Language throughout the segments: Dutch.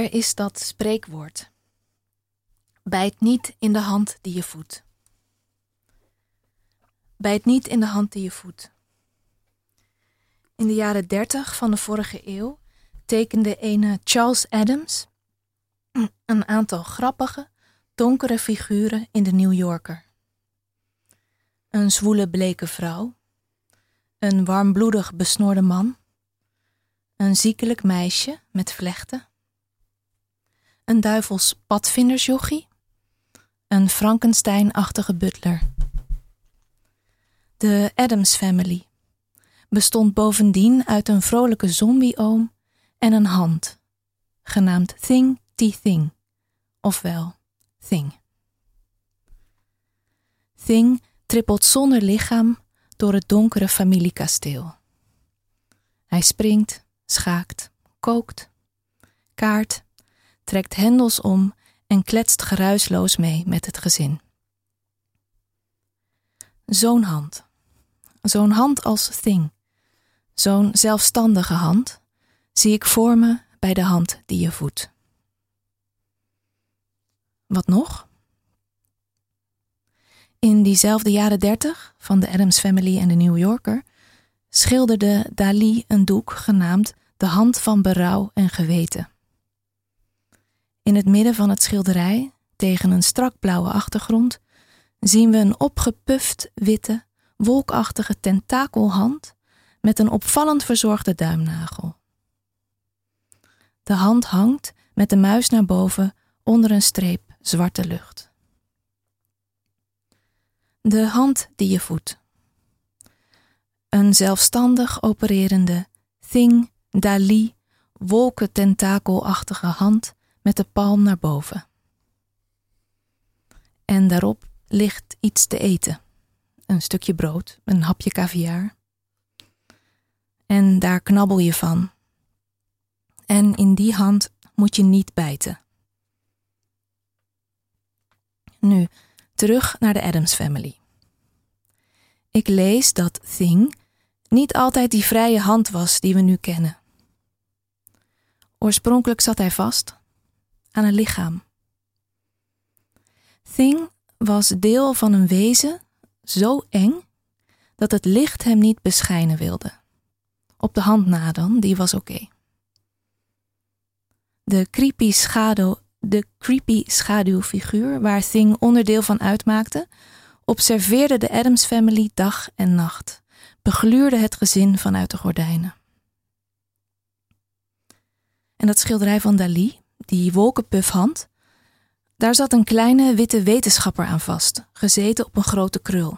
Er is dat spreekwoord. Bijt niet in de hand die je voedt. Bijt niet in de hand die je voedt. In de jaren 30 van de vorige eeuw tekende ene Charles Addams een aantal grappige, donkere figuren in de New Yorker. Een zwoele bleke vrouw, een warmbloedig besnorde man, een ziekelijk meisje met vlechten, een duivels padvindersjochie, een Frankenstein-achtige butler. De Addams Family bestond bovendien uit een vrolijke zombie-oom en een hand, genaamd Thing T Thing, ofwel Thing. Thing trippelt zonder lichaam door het donkere familiekasteel. Hij springt, schaakt, kookt, kaart, trekt hendels om en kletst geruisloos mee met het gezin. Zo'n hand als Thing, zo'n zelfstandige hand, zie ik voor me bij de hand die je voedt. Wat nog? In diezelfde jaren 30 van de Addams Family en de New Yorker schilderde Dali een doek genaamd De Hand van Berouw en Geweten. In het midden van het schilderij, tegen een strak blauwe achtergrond, zien we een opgepuft, witte, wolkachtige tentakelhand met een opvallend verzorgde duimnagel. De hand hangt met de muis naar boven onder een streep zwarte lucht. De hand die je voedt. Een zelfstandig opererende, Thing, Dali, wolkententakelachtige hand met de palm naar boven. En daarop ligt iets te eten. Een stukje brood, een hapje caviar. En daar knabbel je van. En in die hand moet je niet bijten. Nu, terug naar de Addams Family. Ik lees dat Thing niet altijd die vrije hand was die we nu kennen. Oorspronkelijk zat hij vast aan een lichaam. Thing was deel van een wezen zo eng dat het licht hem niet beschijnen wilde. Op de hand na dan, die was oké. De creepy schaduwfiguur waar Thing onderdeel van uitmaakte, observeerde de Addams Family dag en nacht, begluurde het gezin vanuit de gordijnen. En dat schilderij van Dali, die wolkenpufhand, daar zat een kleine witte wetenschapper aan vast, gezeten op een grote krul.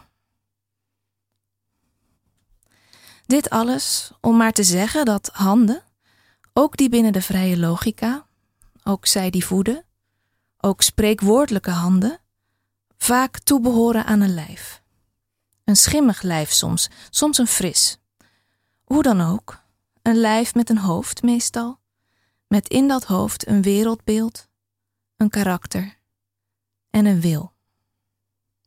Dit alles om maar te zeggen dat handen, ook die binnen de vrije logica, ook zij die voeden, ook spreekwoordelijke handen, vaak toebehoren aan een lijf. Een schimmig lijf soms een fris. Hoe dan ook, een lijf met een hoofd meestal, met in dat hoofd een wereldbeeld, een karakter en een wil.